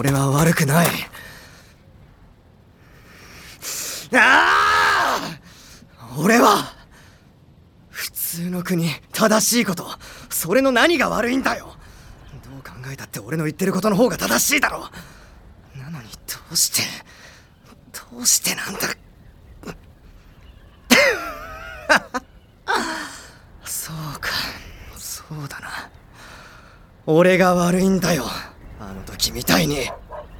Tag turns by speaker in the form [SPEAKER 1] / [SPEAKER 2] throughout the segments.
[SPEAKER 1] 俺は悪くない。俺は普通の国、正しいこと、それの何が悪いんだよ。どう考えたって俺の言ってることの方が正しいだろ。なのにどうしてなんだ。そうか、そうだな。俺が悪いんだよ、あの時みたいに。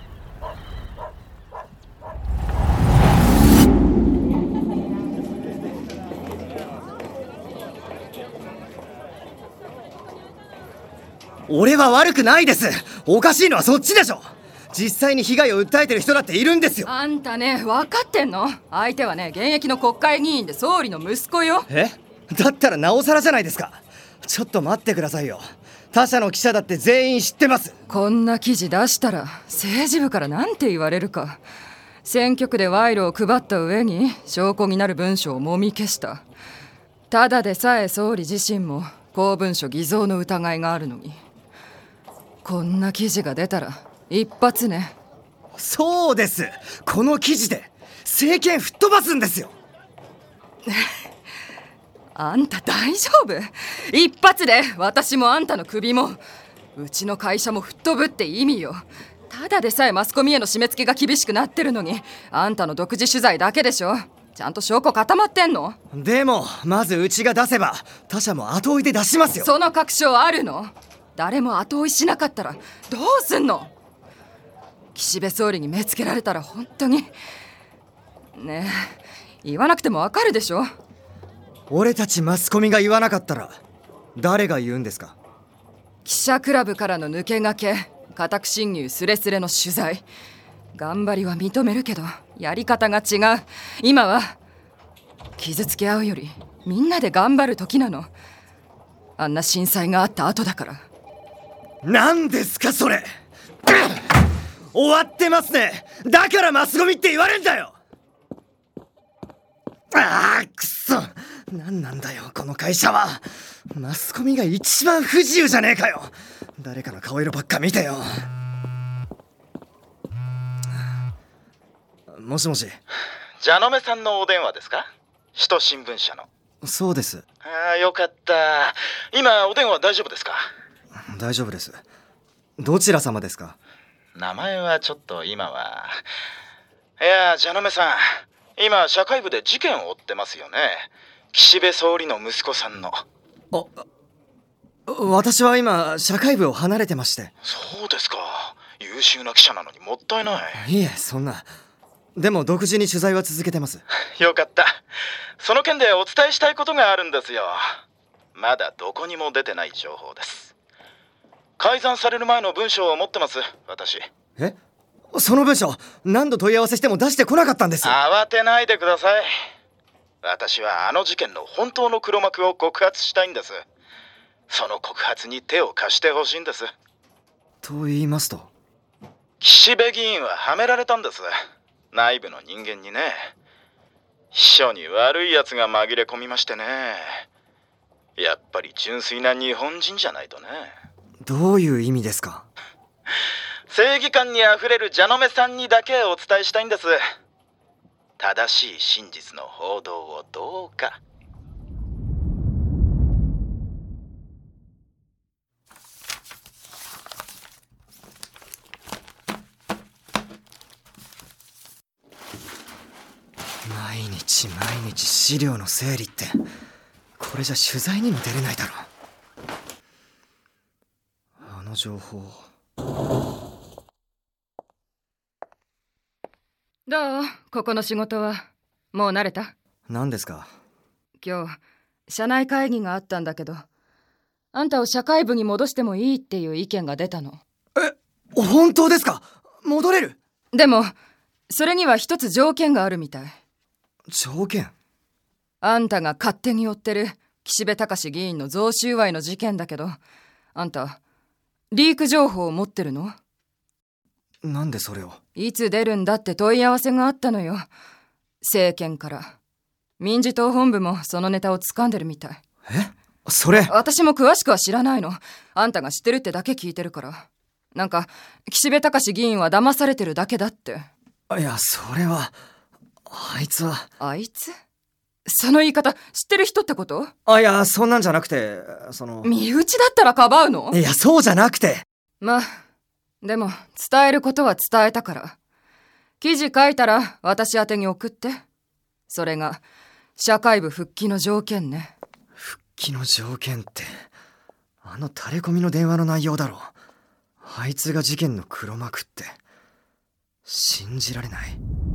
[SPEAKER 1] 俺は悪くないです。おかしいのはそっちでしょ。実際に被害を訴えてる人だっているんですよ。
[SPEAKER 2] あんたね、分かってんの？相手はね、現役の国会議員で総理の息子よ。
[SPEAKER 1] だったらなおさらじゃないですか。ちょっと待ってくださいよ。他社の記者だって全員知ってます。
[SPEAKER 2] こんな記事出したら政治部からなんて言われるか。選挙区で賄賂を配った上に証拠になる文書をもみ消した。ただでさえ総理自身も公文書偽造の疑いがあるのに、こんな記事が出たら一発ね。
[SPEAKER 1] そうです。この記事で政権吹っ飛ばすんですよ。
[SPEAKER 2] あんた大丈夫？一発で私もあんたの首もうちの会社も吹っ飛ぶって意味よ。ただでさえマスコミへの締め付けが厳しくなってるのに、あんたの独自取材だけでしょ。ちゃんと証拠固まってんの？
[SPEAKER 1] でもまずうちが出せば他社も後追いで出しますよ。
[SPEAKER 2] その確証あるの？誰も後追いしなかったらどうすんの？岸辺総理に目つけられたら本当にねえ、言わなくてもわかるでしょ。
[SPEAKER 1] 俺たちマスコミが言わなかったら誰が言うんですか？
[SPEAKER 2] 記者クラブからの抜け駆け、家宅侵入スレスレの取材、頑張りは認めるけどやり方が違う。今は傷つけ合うよりみんなで頑張る時なの。あんな震災があった後だから。
[SPEAKER 1] 何ですかそれ。終わってますね。だからマスコミって言われんだよ。くそ、何なんだよこの会社は。マスコミが一番不自由じゃねえかよ。誰かの顔色ばっか見てよ。もしもし。
[SPEAKER 3] 蛇の目さんのお電話ですか？首都新聞社の。
[SPEAKER 1] そうです。
[SPEAKER 3] よかった。今お電話大丈夫ですか？
[SPEAKER 1] 大丈夫です。どちら様ですか？
[SPEAKER 3] 名前はちょっと今は。いや、蛇の目さん、今社会部で事件を追ってますよね。岸辺総理の息子さんの。
[SPEAKER 1] 私は今社会部を離れてまして。
[SPEAKER 3] そうですか。優秀な記者なのにもったいない。
[SPEAKER 1] いえ、そんな。でも独自に取材は続けてます。
[SPEAKER 3] よかった。その件でお伝えしたいことがあるんですよ。まだどこにも出てない情報です。改ざんされる前の文章を持ってます、私。
[SPEAKER 1] その文章何度問い合わせしても出してこなかったんです。
[SPEAKER 3] 慌てないでください。私はあの事件の本当の黒幕を告発したいんです。その告発に手を貸してほしいんです。
[SPEAKER 1] と言いますと？
[SPEAKER 3] 岸辺議員ははめられたんです。内部の人間にね。秘書に悪いやつが紛れ込みましてね。やっぱり純粋な日本人じゃないとね。
[SPEAKER 1] どういう意味ですか？
[SPEAKER 3] 正義感にあふれる蛇の目さんにだけお伝えしたいんです。正しい真実の報道をどうか。
[SPEAKER 1] 毎日資料の整理って、これじゃ取材にも出れないだろ。あの情報。
[SPEAKER 2] どう？ここの仕事はもう慣れた？
[SPEAKER 1] 何ですか？
[SPEAKER 2] 今日社内会議があったんだけど、あんたを社会部に戻してもいいっていう意見が出たの。
[SPEAKER 1] 本当ですか？戻れる？
[SPEAKER 2] でもそれには一つ条件があるみたい。
[SPEAKER 1] 条件？
[SPEAKER 2] あんたが勝手に追ってる岸辺隆議員の贈収賄の事件だけど、あんたリーク情報を持ってるの？
[SPEAKER 1] なんでそれを？
[SPEAKER 2] いつ出るんだって問い合わせがあったのよ、政権から。民自党本部もそのネタを掴んでるみたい。
[SPEAKER 1] それ。
[SPEAKER 2] 私も詳しくは知らないの。あんたが知ってるってだけ聞いてるから。 なんか岸辺隆議員は騙されてるだけだって。
[SPEAKER 1] いや、それはあいつは。
[SPEAKER 2] あいつ？その言い方知ってる人ってこと？
[SPEAKER 1] いや、そんなんじゃなくて、
[SPEAKER 2] 身内だったらかばうの？
[SPEAKER 1] いや、そうじゃなくて。
[SPEAKER 2] まあでも伝えることは伝えたから、記事書いたら私宛てに送って。それが社会部復帰の条件ね。
[SPEAKER 1] 復帰の条件って、あのタレコミの電話の内容だろ。あいつが事件の黒幕って、信じられない。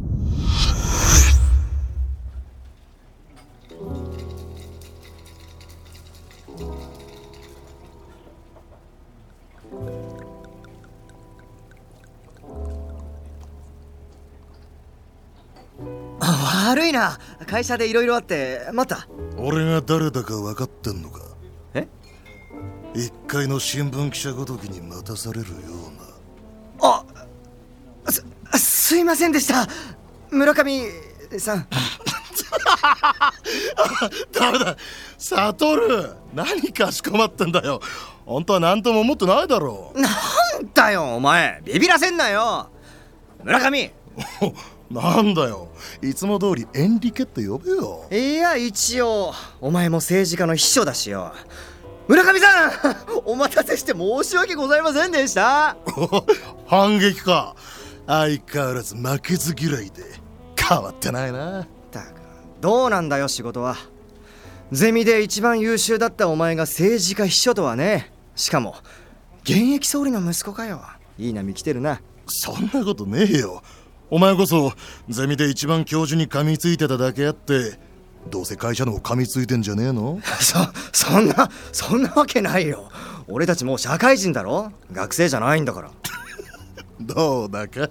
[SPEAKER 1] 悪いな、会社でいろいろあって待った。
[SPEAKER 4] 俺が誰だか分かってんのか？
[SPEAKER 1] え？
[SPEAKER 4] 一階の新聞記者ごときに待たされるような。
[SPEAKER 1] すいませんでした、村上さん。
[SPEAKER 4] ダメだ、悟、何かしこまってんだよ。本当は何とも思ってないだろう。
[SPEAKER 1] なんだよお前、ビビらせんなよ村上。
[SPEAKER 4] なんだよ、いつも通りエンリケって呼べよ。
[SPEAKER 1] いや、一応お前も政治家の秘書だしよ。村上さんお待たせして申し訳ございませんでした。
[SPEAKER 4] 反撃か。相変わらず負けず嫌いで変わってないな。
[SPEAKER 1] たく、どうなんだよ仕事は。ゼミで一番優秀だったお前が政治家秘書とはね。しかも現役総理の息子かよ。いい波来てるな。
[SPEAKER 4] そんなことねえよ。お前こそゼミで一番教授に噛みついてただけあって、どうせ会社の噛みついてんじゃねえの？
[SPEAKER 1] そんなわけないよ。俺たちもう社会人だろ、学生じゃないんだから。
[SPEAKER 4] どうだか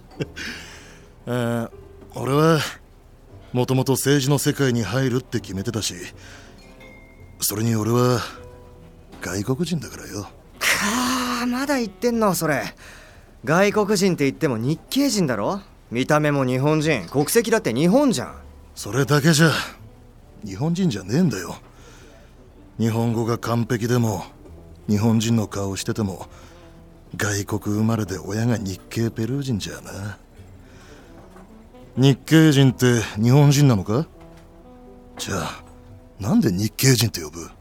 [SPEAKER 4] 俺はもともと政治の世界に入るって決めてたし、それに俺は外国人だからよ。
[SPEAKER 1] まだ言ってんのそれ。外国人って言っても日系人だろ。見た目も日本人、国籍だって日本じゃん。
[SPEAKER 4] それだけじゃ日本人じゃねえんだよ。日本語が完璧でも日本人の顔してても、外国生まれで親が日系ペルー人じゃな。日系人って日本人なのか？じゃあなんで日系人って呼ぶ？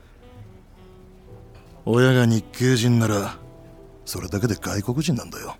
[SPEAKER 4] 親が日系人ならそれだけで外国人なんだよ。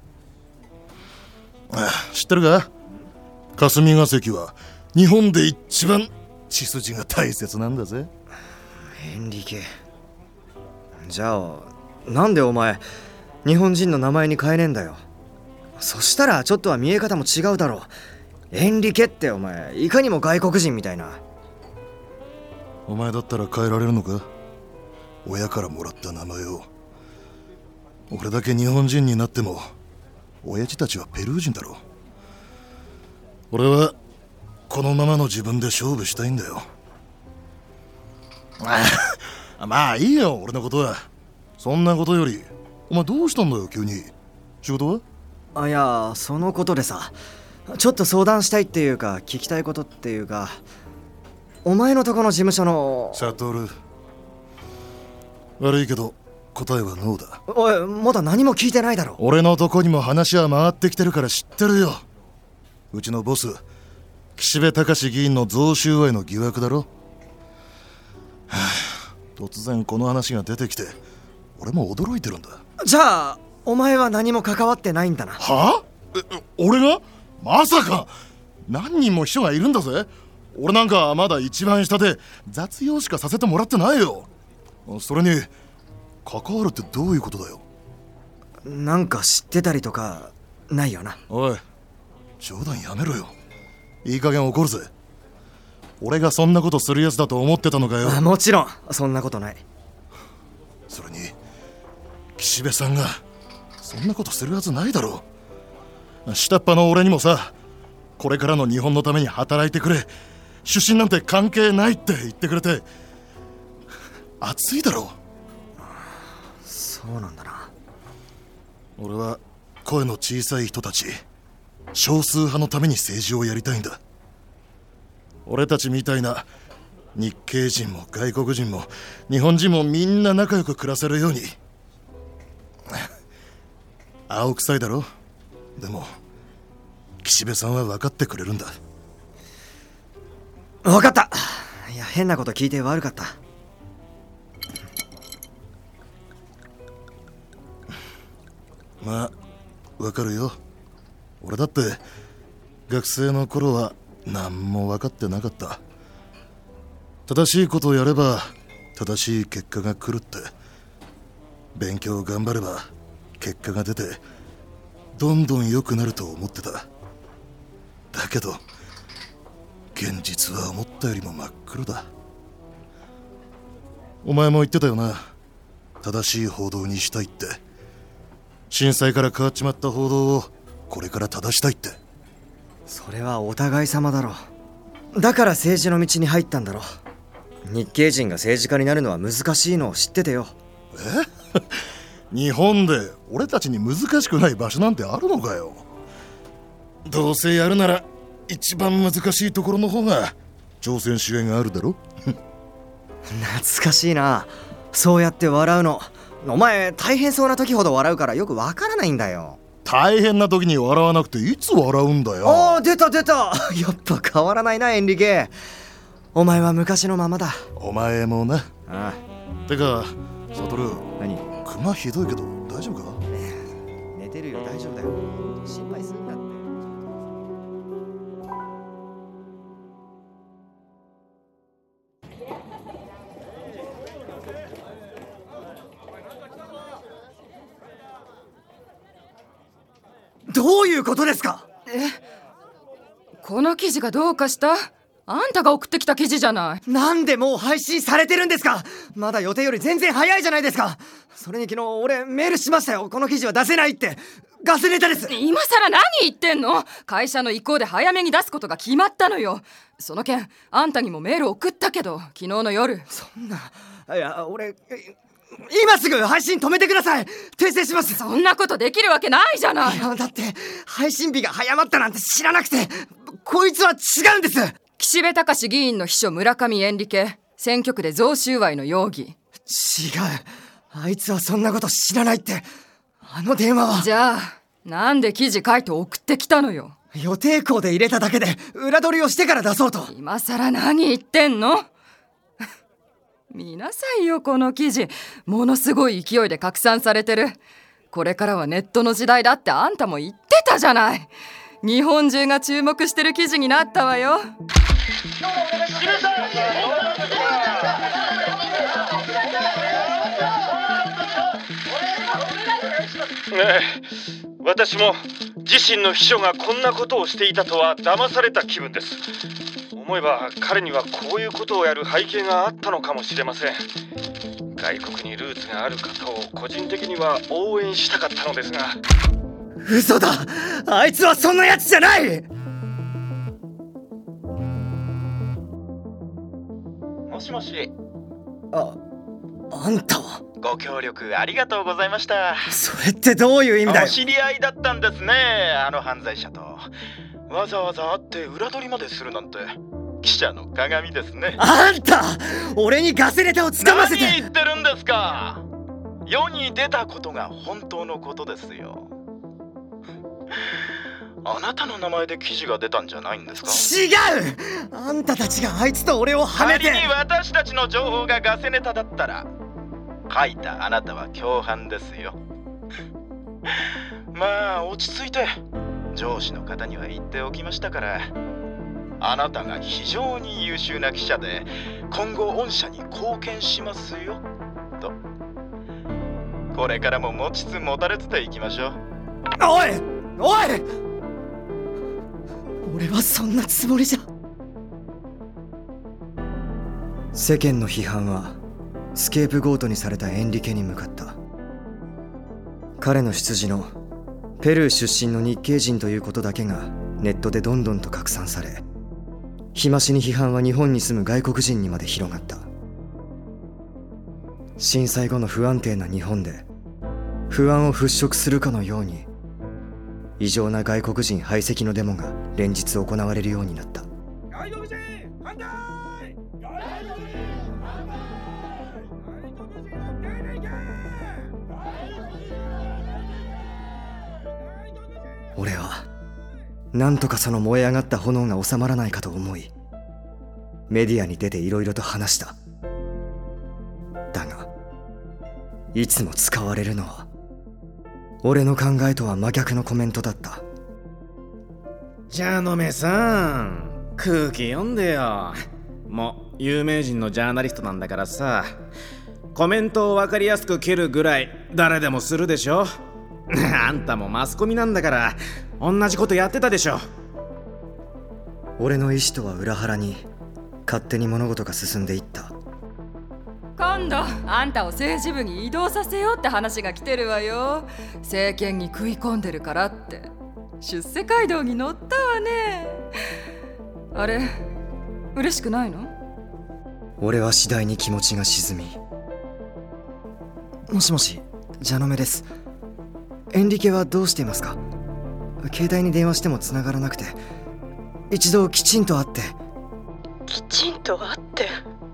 [SPEAKER 4] 知ってるか？霞が関は日本で一番血筋が大切なんだぜ。
[SPEAKER 1] エンリケ。じゃあなんでお前日本人の名前に変えねえんだよ。そしたらちょっとは見え方も違うだろう。エンリケってお前いかにも外国人みたいな。
[SPEAKER 4] お前だったら変えられるのか？親からもらった名前を。俺だけ日本人になっても親父たちはペルー人だろ。俺はこのままの自分で勝負したいんだよ。まあいいよ俺のことは。そんなことよりお前どうしたんだよ急に。仕事は？
[SPEAKER 1] いや、そのことでさ、ちょっと相談したいっていうか聞きたいことっていうか、お前のとこの事務所の。
[SPEAKER 4] 悟、悪いけど答えはノーだ。
[SPEAKER 1] おい、まだ何も聞いてないだろ。
[SPEAKER 4] 俺のとこにも話は回ってきてるから知ってるよ。うちのボス岸辺隆議員の贈収賄の疑惑だろ。突然この話が出てきて俺も驚いてるんだ。
[SPEAKER 1] じゃあお前は何も関わってないんだな。
[SPEAKER 4] はあ？俺が？まさか。何人も秘書がいるんだぜ。俺なんかまだ一番下で雑用しかさせてもらってないよ。それに関わるってどういうことだよ。
[SPEAKER 1] なんか知ってたりとかないよな。
[SPEAKER 4] おい、冗談やめろよ。いい加減怒るぜ。俺がそんなことするやつだと思ってたのかよ。
[SPEAKER 1] もちろんそんなことない。
[SPEAKER 4] それに岸辺さんがそんなことするはずないだろう。下っ端の俺にもさ、これからの日本のために働いてくれ、出身なんて関係ないって言ってくれて熱いだろう。
[SPEAKER 1] そうなんだな。
[SPEAKER 4] 俺は声の小さい人たち、少数派のために政治をやりたいんだ。俺たちみたいな日系人も外国人も日本人もみんな仲良く暮らせるように。 青臭いだろ。でも岸辺さんは分かってくれるんだ。
[SPEAKER 1] 分かった。いや、変なこと聞いて悪かった。
[SPEAKER 4] まあ分かるよ。俺だって学生の頃は何も分かってなかった。正しいことをやれば正しい結果が来るって、勉強頑張れば結果が出てどんどん良くなると思ってた。だけど現実は思ったよりも真っ黒だ。お前も言ってたよな、正しい報道にしたいって。震災から変わっちまった報道をこれから正したいって。
[SPEAKER 1] それはお互い様だろ。だから政治の道に入ったんだろ。日系人が政治家になるのは難しいのを知っててよ。
[SPEAKER 4] 日本で俺たちに難しくない場所なんてあるのかよ。どうせやるなら一番難しいところの方が挑戦しがいがあるだろ。
[SPEAKER 1] 懐かしいな、そうやって笑うの。お前大変そうな時ほど笑うからよくわからないんだよ。
[SPEAKER 4] 大変な時に笑わなくていつ笑うんだよ。
[SPEAKER 1] ああ、出た出た。やっぱ変わらないな、エンリケ。お前は昔のままだ。
[SPEAKER 4] お前もな。
[SPEAKER 1] あ
[SPEAKER 4] てかサトル、
[SPEAKER 1] 何？
[SPEAKER 4] クマひどいけど大丈夫か？
[SPEAKER 1] 寝てるよ、大丈夫だよ。心配するなって。どういうことですか？
[SPEAKER 2] この記事がどうかした？あんたが送ってきた記事じゃない。
[SPEAKER 1] なんでもう配信されてるんですか？まだ予定より全然早いじゃないですか。それに昨日俺メールしましたよ。この記事は出せないって。ガセネタです。
[SPEAKER 2] 今さら何言ってんの？会社の意向で早めに出すことが決まったのよ。その件あんたにもメール送ったけど、昨日の夜。
[SPEAKER 1] そんな、いや俺今すぐ配信止めてください。訂正します。
[SPEAKER 2] そんなことできるわけないじゃない。
[SPEAKER 1] いやだって配信日が早まったなんて知らなくて。こいつは違うんです。
[SPEAKER 2] 岸辺隆議員の秘書村上エンリケ、選挙区で贈収賄の容疑。
[SPEAKER 1] 違う、あいつはそんなこと知らないって。あの電話は。
[SPEAKER 2] じゃあなんで記事書いて送ってきたのよ。
[SPEAKER 1] 予定校で入れただけで裏取りをしてから出そうと。
[SPEAKER 2] 今さら何言ってんの？見なさいよ、この記事。ものすごい勢いで拡散されてる。これからはネットの時代だってあんたも言ってたじゃない。日本中が注目してる記事になったわよ。
[SPEAKER 5] 私も自身の秘書がこんなことをしていたとは騙された気分です。思えば彼にはこういうことをやる背景があったのかもしれません。外国にルーツがある方を個人的には応援したかったのですが。
[SPEAKER 1] 嘘だ、あいつはそんなやつじゃない。
[SPEAKER 3] もしもし。
[SPEAKER 1] あんたは。
[SPEAKER 3] ご協力ありがとうございました。
[SPEAKER 1] それってどういう意味だよ。
[SPEAKER 3] お知り合いだったんですね、あの犯罪者と。わざわざ会って裏取りまでするなんて記者の鏡ですね。
[SPEAKER 1] あんた、俺にガセネタをつかませて。
[SPEAKER 3] 何言ってるんですか。世に出たことが本当のことですよ。あなたの名前で記事が出たんじゃないんですか？
[SPEAKER 1] 違う、あんたたちがあいつと俺をはめて。
[SPEAKER 3] 仮に私たちの情報がガセネタだったら書いたあなたは共犯ですよ。まあ落ち着いて。上司の方には言っておきましたから。あなたが非常に優秀な記者で今後御社に貢献しますよと。これからも持ちつ持たれつでいきましょう。
[SPEAKER 1] おいおい、俺はそんなつもりじゃ。世間の批判はスケープゴートにされたエンリケに向かった。彼の出自のペルー出身の日系人ということだけがネットでどんどんと拡散され、日増しに批判は日本に住む外国人にまで広がった。震災後の不安定な日本で不安を払拭するかのように異常な外国人排斥のデモが連日行われるようになった。
[SPEAKER 6] 外国人反対！外国人反対！外国人を受け入れ！外国人を受け入れ！
[SPEAKER 1] 俺はなんとかその燃え上がった炎が収まらないかと思い、メディアに出ていろいろと話した。だがいつも使われるのは俺の考えとは真逆のコメントだった。
[SPEAKER 7] じゃあのめさん、空気読んでよ。もう有名人のジャーナリストなんだからさ、コメントを分かりやすく蹴るぐらい誰でもするでしょ。あんたもマスコミなんだから同じことやってたでしょ。
[SPEAKER 1] 俺の意思とは裏腹に勝手に物事が進んでいった。
[SPEAKER 2] 今度あんたを政治部に移動させようって話が来てるわよ。政権に食い込んでるからって出世街道に乗ったわね。あれ嬉しくないの？
[SPEAKER 1] 俺は次第に気持ちが沈み、もしもし、ジャノメです。エンリケはどうしていますか？携帯に電話しても繋がらなくて、一度きちんと会って。
[SPEAKER 8] きちんと会って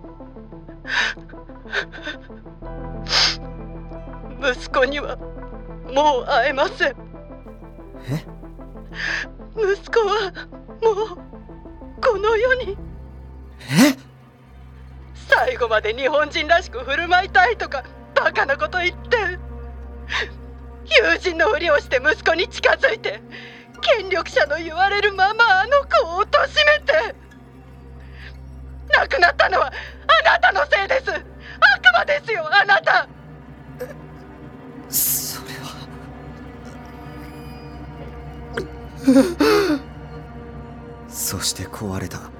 [SPEAKER 8] 息子にはもう会えません。
[SPEAKER 1] え？
[SPEAKER 8] 息子はもうこの世に。
[SPEAKER 1] え？
[SPEAKER 8] 最後まで日本人らしく振る舞いたいとかバカなこと言って、友人のふりをして息子に近づいて、権力者の言われるままあの子を貶めて、亡くなったのはあなたのせいです。悪魔ですよ、あなた。
[SPEAKER 1] それはそして壊れた。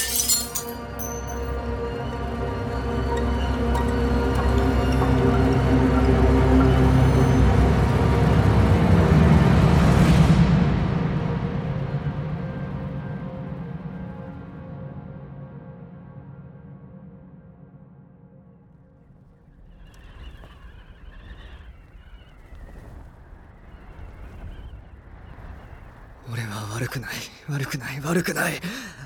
[SPEAKER 1] 俺は悪くない、悪くない、悪くない。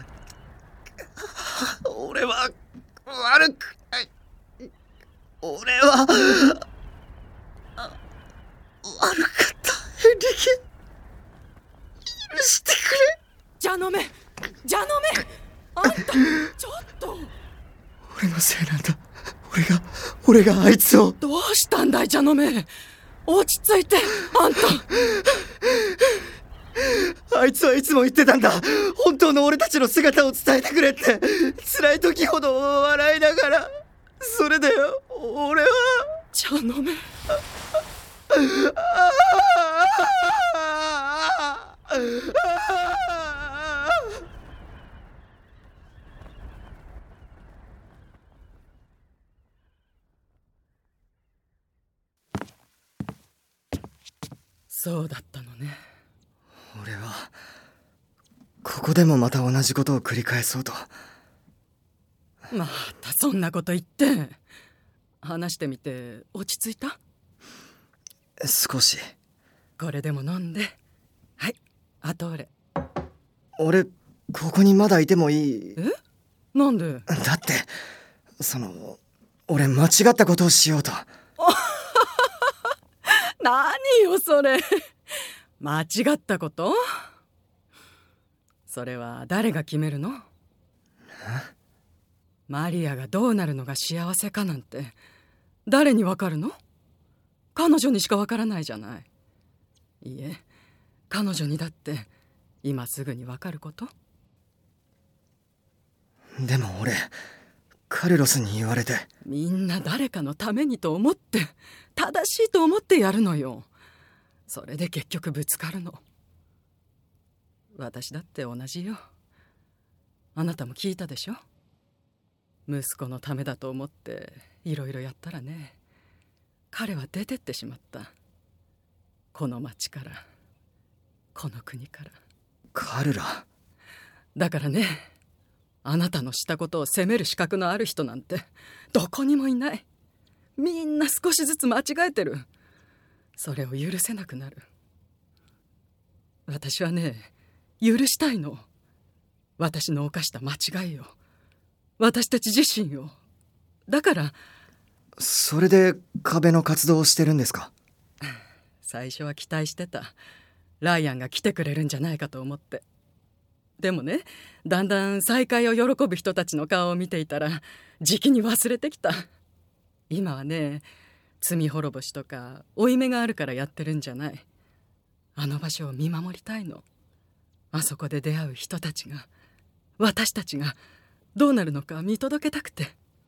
[SPEAKER 1] 俺は悪くない。俺は悪かった。エンリケ、許してくれ。
[SPEAKER 2] ジャノメ、ジャノメ、あんたちょっと。
[SPEAKER 1] 俺のせいなんだ。俺があいつを。
[SPEAKER 2] どうしたんだいジャノメ、落ち着いて。あんた
[SPEAKER 1] あいつはいつも言ってたんだ。本当の俺たちの姿を伝えてくれって。辛い時ほど笑いながら。それで俺は
[SPEAKER 2] ジャノメ。そうだったのね。
[SPEAKER 1] 俺はここでもまた同じことを繰り返そうと。
[SPEAKER 2] またそんなこと言って。話してみて落ち着いた？
[SPEAKER 1] 少し。
[SPEAKER 2] これでも飲んで。はい、あと
[SPEAKER 1] 俺ここにまだいてもいい？
[SPEAKER 2] え？なんで？
[SPEAKER 1] だって俺間違ったことをしようと。
[SPEAKER 2] 何よそれ。間違ったこと？それは誰が決めるの？マリアがどうなるのが幸せかなんて誰にわかるの？彼女にしかわからないじゃない。いいえ、彼女にだって今すぐにわかること？
[SPEAKER 1] でも俺カルロスに言われて。
[SPEAKER 2] みんな誰かのためにと思って、正しいと思ってやるのよ。それで結局ぶつかるの。私だって同じよ。あなたも聞いたでしょ？息子のためだと思っていろいろやったらね、彼は出てってしまった。この町から、この国から。
[SPEAKER 1] カルラ。
[SPEAKER 2] だからね、あなたのしたことを責める資格のある人なんてどこにもいない。みんな少しずつ間違えてる。それを許せなくなる。私はね、許したいの。私の犯した間違いを、私たち自身を。だから。
[SPEAKER 1] それで壁の活動をしてるんですか？
[SPEAKER 2] 最初は期待してた。
[SPEAKER 9] ライアンが来てくれるんじゃないかと思って。でもね、だんだん再会を喜ぶ人たちの顔を見ていたらじきに忘れてきた。今はね、罪滅ぼしとか負い目があるからやってるんじゃない。あの場所を見守りたいの。あそこで出会う人たちが、私たちがどうなるのか見届けたくて。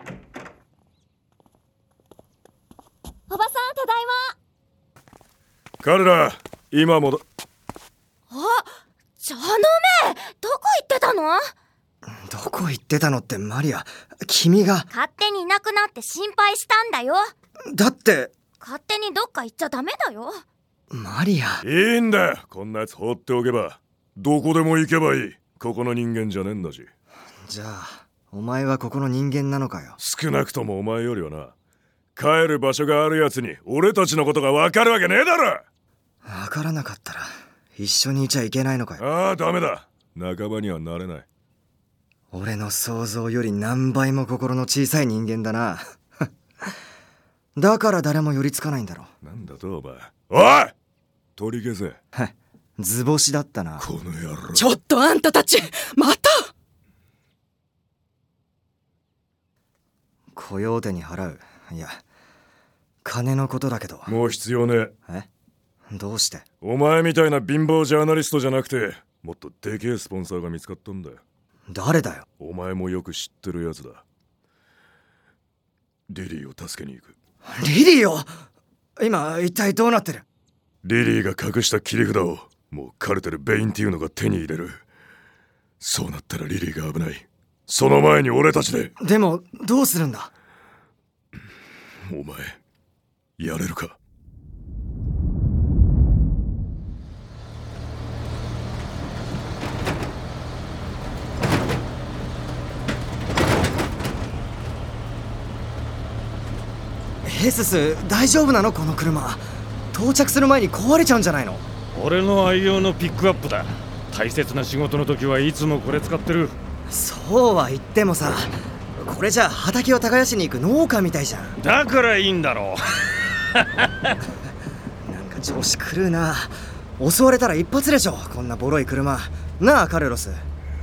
[SPEAKER 10] おばさん、ただいま。
[SPEAKER 5] 彼ら今もだ。
[SPEAKER 10] あ、じゃあのめ、どこ行ってたの？
[SPEAKER 1] どこ行ってたのってマリア、君が。
[SPEAKER 10] 勝手にいなくなって心配したんだよ。
[SPEAKER 1] だって
[SPEAKER 10] 勝手にどっか行っちゃダメだよ。
[SPEAKER 1] マリア。
[SPEAKER 5] いいんだよ、こんなやつ放っておけば。どこでも行けばいい。ここの人間じゃねえんだし。
[SPEAKER 1] じゃあお前はここの人間なのかよ。
[SPEAKER 5] 少なくともお前よりはな。帰る場所があるやつに俺たちのことが分かるわけねえだろ。
[SPEAKER 1] 分からなかったら一緒にいちゃいけないのかよ。
[SPEAKER 5] ああ、ダメだ。仲間にはなれない。
[SPEAKER 1] 俺の想像より何倍も心の小さい人間だな。だから誰も寄りつかないんだろ。
[SPEAKER 5] なんだとお前。おい、取り消せ。
[SPEAKER 1] 図星だったな。
[SPEAKER 5] この野郎。
[SPEAKER 9] ちょっとあんたたち、また。
[SPEAKER 1] コヨーテに払う。いや、金のことだけど。
[SPEAKER 5] もう必要ねえ。
[SPEAKER 1] どうして？
[SPEAKER 5] お前みたいな貧乏ジャーナリストじゃなくて、もっとでけえスポンサーが見つかったんだよ。
[SPEAKER 1] 誰だよ？
[SPEAKER 5] お前もよく知ってるやつだ。リリーを助けに行く。
[SPEAKER 1] リリーを？今一体どうなってる？
[SPEAKER 5] リリーが隠した切り札をもうカルテル・ベインっていうのが手に入れる。そうなったらリリーが危ない。その前に俺たちで。
[SPEAKER 1] でもどうするんだ？
[SPEAKER 5] お前やれるか？
[SPEAKER 1] ヘスス、大丈夫なの？この車到着する前に壊れちゃうんじゃないの？
[SPEAKER 5] 俺の愛用のピックアップだ。大切な仕事の時はいつもこれ使ってる。
[SPEAKER 1] そうは言ってもさ、これじゃ畑を耕しに行く農家みたいじゃん。
[SPEAKER 5] だからいいんだろう。
[SPEAKER 1] なんか調子狂うな。襲われたら一発でしょ、こんなボロい車。なあカルロス、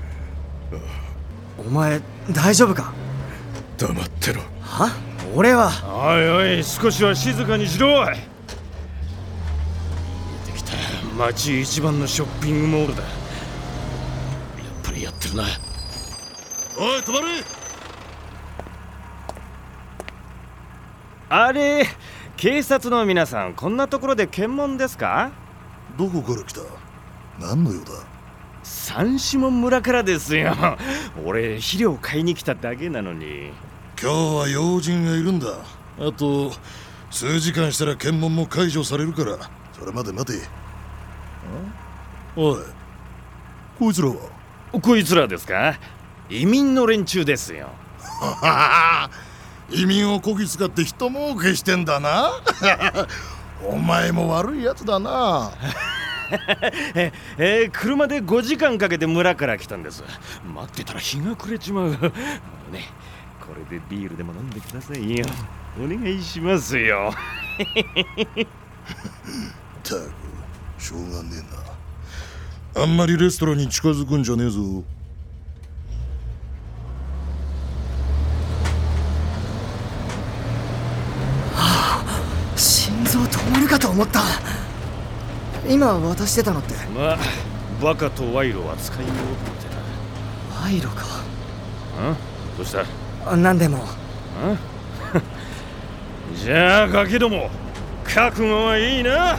[SPEAKER 1] お前大丈夫か？
[SPEAKER 5] 黙ってろ。
[SPEAKER 1] は？俺は。
[SPEAKER 5] おいおい、少しは静かにしろ。見えてきた街一番のショッピングモールだ。やっぱりやってるな。おい止まれ。
[SPEAKER 11] あれ、警察の皆さん、こんなところで検問ですか？
[SPEAKER 4] どこから来た？何の用だ？
[SPEAKER 11] サンシモン村からですよ。俺肥料買いに来ただけなのに。
[SPEAKER 4] 今日は用心がいるんだ。あと数時間したら検問も解除されるから、それまで待て。おい、こいつらは？
[SPEAKER 11] こいつらですか？移民の連中ですよ。
[SPEAKER 4] 移民をこき使って人儲けしてんだな。お前も悪いやつだな。
[SPEAKER 11] 車で5時間かけて村から来たんです。待ってたら日が暮れちまう。ね、これでビールでも飲んでくださいよ。お願いしますよ。
[SPEAKER 4] たく、しょうがねえな。あんまりレストランに近づくんじゃねえぞ。
[SPEAKER 1] 心臓止まるかと思った。今渡してたのって？
[SPEAKER 11] まあ、バカと賄賂は使いようって
[SPEAKER 1] な。賄賂か。
[SPEAKER 11] どうした？
[SPEAKER 1] 何でも。
[SPEAKER 11] じゃあガキども、覚悟はいいな。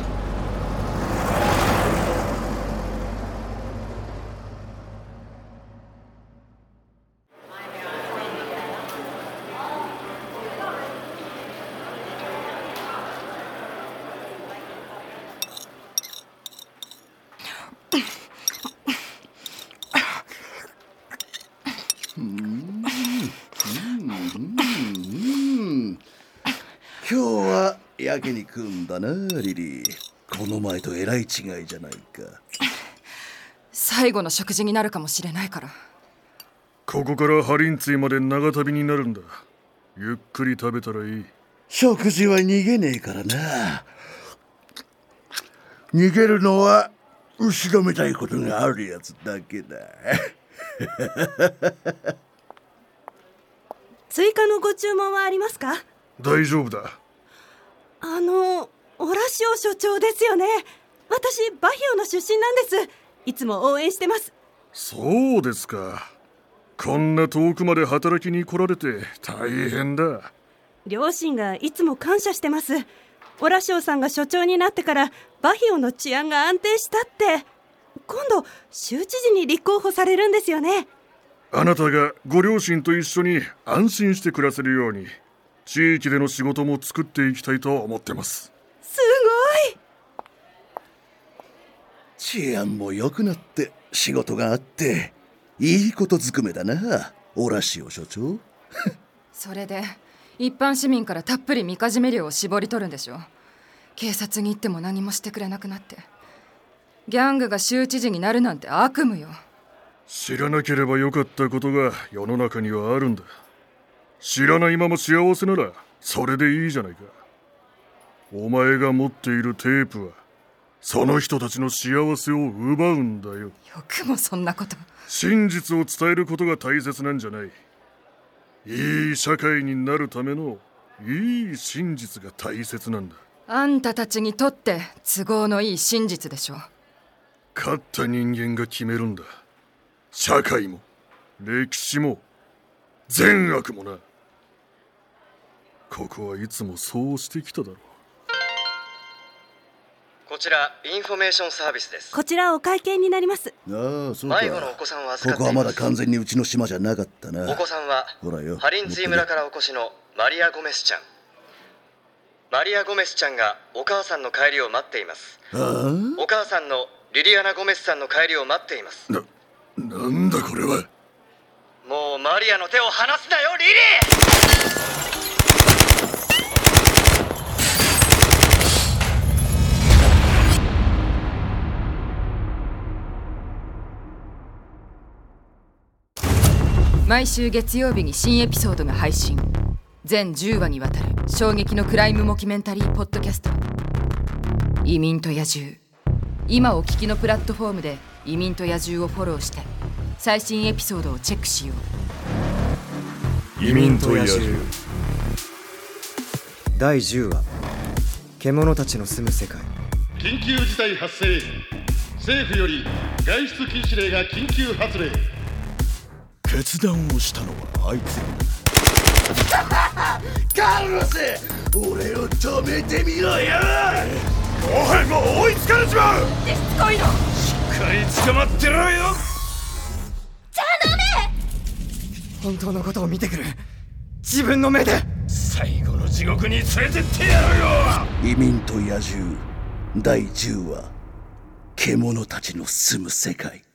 [SPEAKER 12] 今日はやけに食うんだな、リリー。この前とえらい違いじゃないか。
[SPEAKER 2] 最後の食事になるかもしれないから。
[SPEAKER 13] ここからハリンツィまで長旅になるんだ。ゆっくり食べたらいい。
[SPEAKER 12] 食事は逃げねえからな。逃げるのは後ろめたいことがあるやつだけだ。
[SPEAKER 14] 追加のご注文はありますか？
[SPEAKER 13] 大丈夫だ。
[SPEAKER 14] オラシオ所長ですよね。私バヒオの出身なんです。いつも応援してます。
[SPEAKER 13] そうですか。こんな遠くまで働きに来られて大変だ。
[SPEAKER 14] 両親がいつも感謝してます。オラシオさんが所長になってからバヒオの治安が安定したって。今度州知事に立候補されるんですよね。
[SPEAKER 13] あなたがご両親と一緒に安心して暮らせるように地域での仕事も作っていきたいと思ってます。
[SPEAKER 14] すごい。
[SPEAKER 12] 治安も良くなって仕事があっていいことずくめだな、オラシオ所長。
[SPEAKER 2] それで一般市民からたっぷりみかじめ料を絞り取るんでしょ。警察に行っても何もしてくれなくなって、ギャングが州知事になるなんて悪夢よ。
[SPEAKER 13] 知らなければよかったことが世の中にはあるんだ。知らないまま幸せならそれでいいじゃないか。お前が持っているテープはその人たちの幸せを奪うんだよ。
[SPEAKER 2] よくもそんなこと。
[SPEAKER 13] 真実を伝えることが大切なんじゃない。いい社会になるためのいい真実が大切なんだ。
[SPEAKER 2] あんたたちにとって都合のいい真実でしょ。
[SPEAKER 13] 勝った人間が決めるんだ。社会も歴史も善悪もな。ここはいつもそうしてきただろう。
[SPEAKER 1] こちらインフォメーションサービスです。
[SPEAKER 14] こちらお会計になります。
[SPEAKER 12] ああ、そうか。
[SPEAKER 1] 迷子のお子さんを預かっています。
[SPEAKER 12] ここはまだ完全にうちの島じゃなかったな。
[SPEAKER 1] お子さんは
[SPEAKER 12] ほらよ、
[SPEAKER 1] ハリンツィ村からお越しのマリア・ゴメスちゃん。マリア・ゴメスちゃんがお母さんの帰りを待っています。お母さんのリリアナ・ゴメスさんの帰りを待っています。
[SPEAKER 13] なんだこれは。
[SPEAKER 1] もうマリアの手を離すなよ、リリー。
[SPEAKER 2] 毎週月曜日に新エピソードが配信。全10話にわたる衝撃のクライムモキュメンタリーポッドキャスト、移民と野獣。今お聞きのプラットフォームで移民と野獣をフォローして最新エピソードをチェックしよ
[SPEAKER 13] う。移民と野獣
[SPEAKER 1] 第10話、獣たちの住む世界。
[SPEAKER 15] 緊急事態発生。政府より外出禁止令が緊急発令。
[SPEAKER 4] 決断をしたのはあいつ
[SPEAKER 12] カルロス、俺を止めてみろよ。
[SPEAKER 11] もう追いつかれちまう。
[SPEAKER 2] しつこいの。
[SPEAKER 11] しっかり捕まってろよ。
[SPEAKER 10] じゃあダメ。
[SPEAKER 1] 本当のことを見てくる。自分の目で。
[SPEAKER 11] 最後の地獄に連れてってやるよ。
[SPEAKER 12] 移民と野獣第10話、獣たちの住む世界。